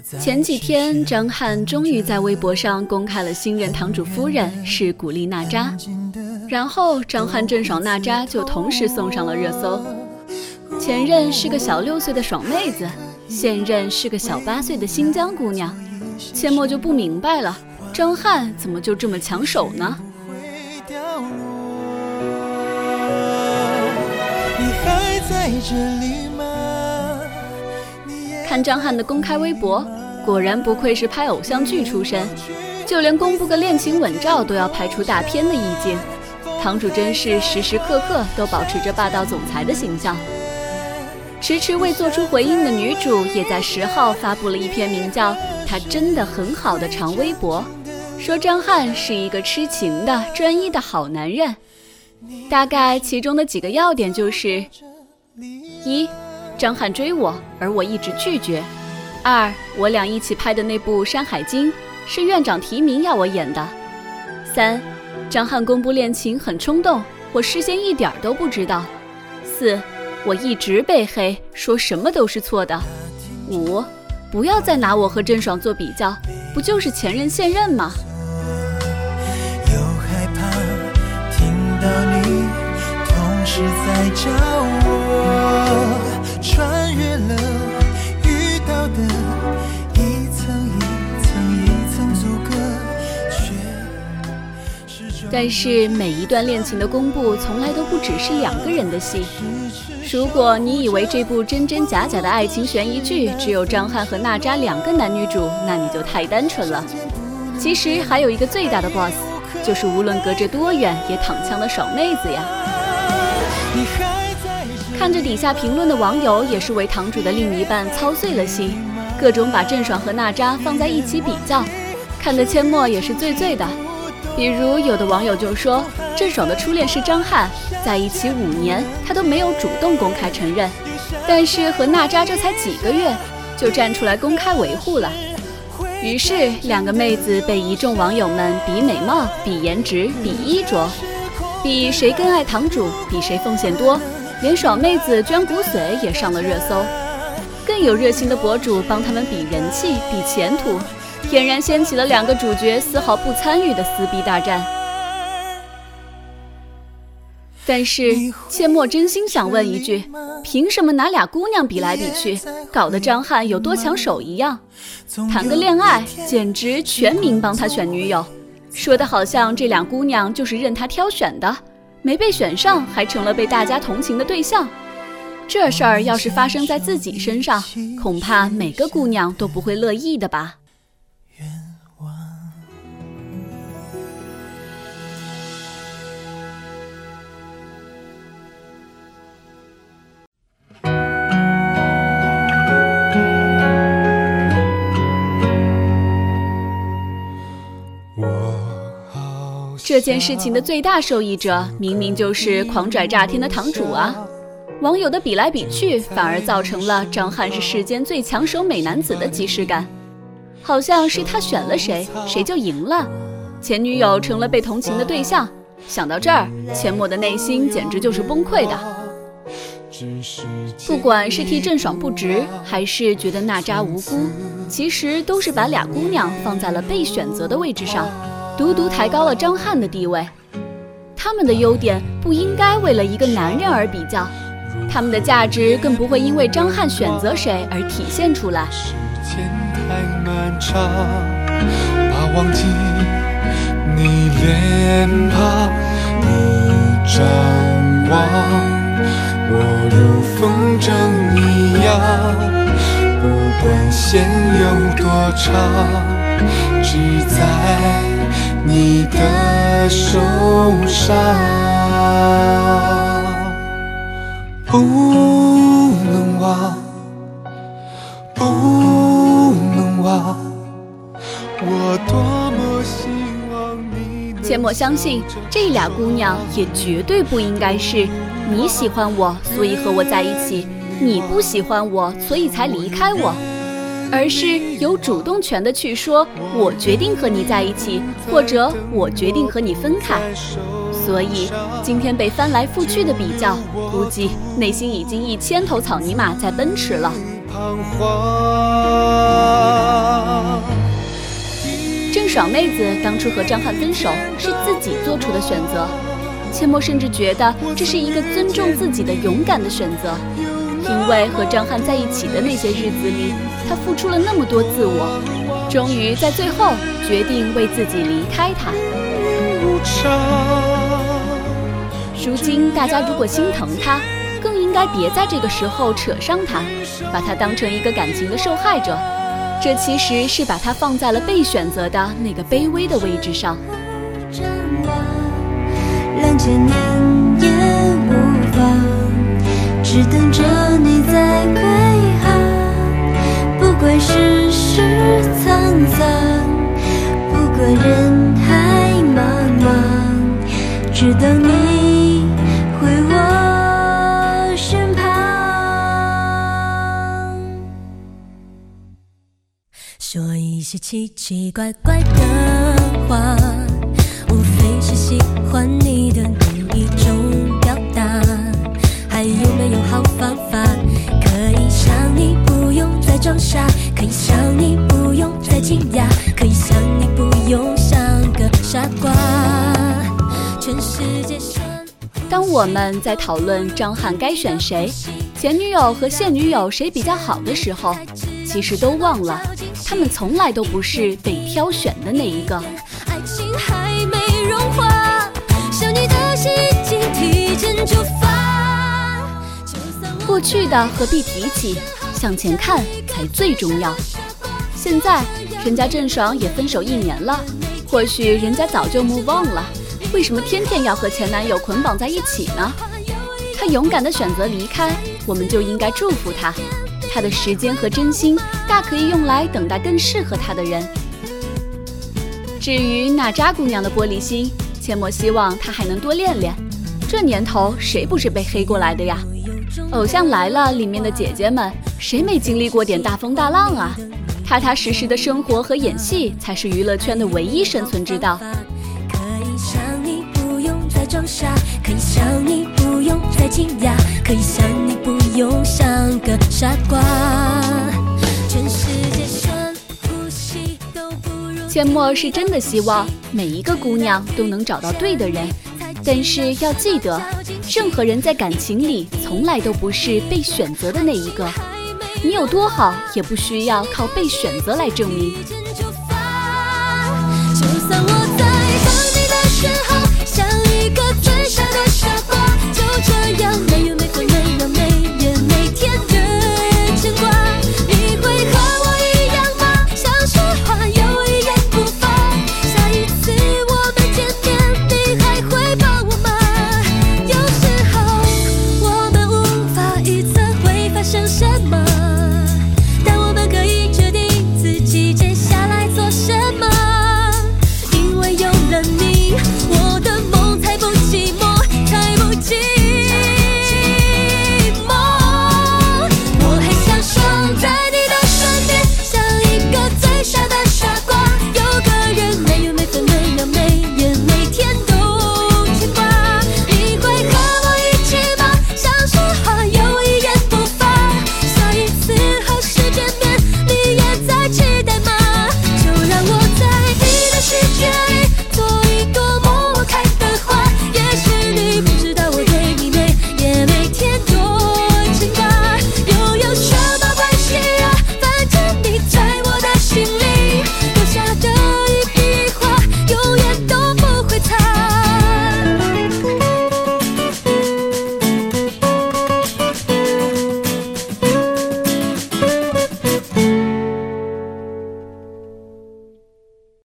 前几天，张翰终于在微博上公开了新任堂主夫人是古力娜扎，然后张翰郑爽娜扎就同时送上了热搜。前任是个小6岁的爽妹子，现任是个小8岁的新疆姑娘，阡陌就不明白了，张翰怎么就这么抢手呢？ 你还在这里吗？ 看张翰的公开微博，果然不愧是拍偶像剧出身，就连公布个恋情吻照都要拍出大片的意境。堂主真是时时刻刻都保持着霸道总裁的形象。迟迟未做出回应的女主也在10号发布了一篇名叫《他真的很好》的长微博，说张翰是一个痴情的专一的好男人。大概其中的几个要点就是： 1. 张翰追我，而我一直拒绝。2. 我俩一起拍的那部《山海经》是院长提名要我演的。3. 张翰公布恋情很冲动，我事先一点都不知道。4. 我一直被黑，说什么都是错的。5. 不要再拿我和郑爽做比较，不就是前任现任吗？ 又害怕听到你同时在找我，穿越了遇到的一层一层一层阻隔， 但是每一段恋情的公布从来都不只是2个人的戏。如果你以为这部真真假假的爱情悬疑剧只有张翰和娜扎2个男女主，那你就太单纯了。其实还有一个最大的 boss， 就是无论隔着多远也躺枪的爽妹子呀。看着底下评论的网友也是为堂主的另一半操碎了心，各种把郑爽和娜扎放在一起比较，看得阡陌也是醉醉的。比如有的网友就说，郑爽的初恋是张翰，在一起5年，他都没有主动公开承认，但是和娜扎这才几个月，就站出来公开维护了。于是2个妹子被一众网友们比美貌、比颜值、比衣着，比谁更爱堂主，比谁奉献多，连爽妹子捐骨髓也上了热搜。更有热心的博主帮他们比人气、比前途，俨然掀起了2个主角丝毫不参与的撕逼大战。但是阡陌真心想问一句，凭什么拿2姑娘比来比去，搞得张翰有多抢手一样？谈个恋爱简直全民帮他选女友，说的好像这2姑娘就是任他挑选的，没被选上还成了被大家同情的对象。这事儿要是发生在自己身上，恐怕每个姑娘都不会乐意的吧。这件事情的最大受益者明明就是狂拽炸天的堂主啊！网友的比来比去反而造成了张翰是世间最抢手美男子的即视感，好像是他选了谁，谁就赢了，前女友成了被同情的对象。想到这儿，阡陌的内心简直就是崩溃的。不管是替郑爽不值，还是觉得娜扎无辜，其实都是把2姑娘放在了被选择的位置上，独独抬高了张翰的地位。他们的优点不应该为了一个男人而比较，他们的价值更不会因为张翰选择谁而体现出来。 时间太漫长，怕忘记你脸庞，你张望我如风筝一样，不管线有多长，只在你的手上，不能忘，不能忘，我多么希望你。 阡陌相信这2姑娘也绝对不应该是你喜欢我，所以和我在一起，你不喜欢我，所以才离开我，而是有主动权的去说我决定和你在一起，或者我决定和你分开。所以今天被翻来覆去的比较，估计内心已经1000头草泥马在奔驰了。 彷徨。 郑爽妹子当初和张翰分手是自己做出的选择，阡陌甚至觉得这是一个尊重自己的勇敢的选择，因为和张翰在一起的那些日子里，她付出了那么多自我，终于在最后决定为自己离开他。如今大家如果心疼他，更应该别在这个时候扯上他，把他当成一个感情的受害者，这其实是把他放在了被选择的那个卑微的位置上。 2000年也无妨，只等着你在归航。不怪世事沧桑，不怪人海茫茫，只等你回我身旁。说一些奇奇怪怪的话，无非是喜欢你的另一种表达。还有没有好方法，可以想你不用再装傻，可以想你不用再惊讶，可以想你不用像个傻瓜。全世界上， 当我们在讨论张翰该选谁，前女友和现女友谁比较好的时候，其实都忘了他们从来都不是被挑选的那一个。 爱情还没融化，想你的心已经提前出发。 过去的何必提起，向前看才最重要。现在人家郑爽也分手1年了，或许人家早就 move on 了，为什么天天要和前男友捆绑在一起呢？她勇敢地选择离开，我们就应该祝福她。她的时间和真心大可以用来等待更适合她的人。至于那渣姑娘的玻璃心，阡陌希望她还能多练练。这年头谁不是被黑过来的呀？偶像来了里面的姐姐们，谁没经历过点大风大浪啊？踏踏实实的生活和演戏才是娱乐圈的唯一生存之道。 可以想你不用再装傻，可以想你不用再惊讶，可以想你不用像个傻瓜。全世界深呼吸都不如。 阡陌是真的希望每一个姑娘都能找到对的人，但是要记得，任何人在感情里从来都不是被选择的那一个。你有多好，也不需要靠被选择来证明。 就算我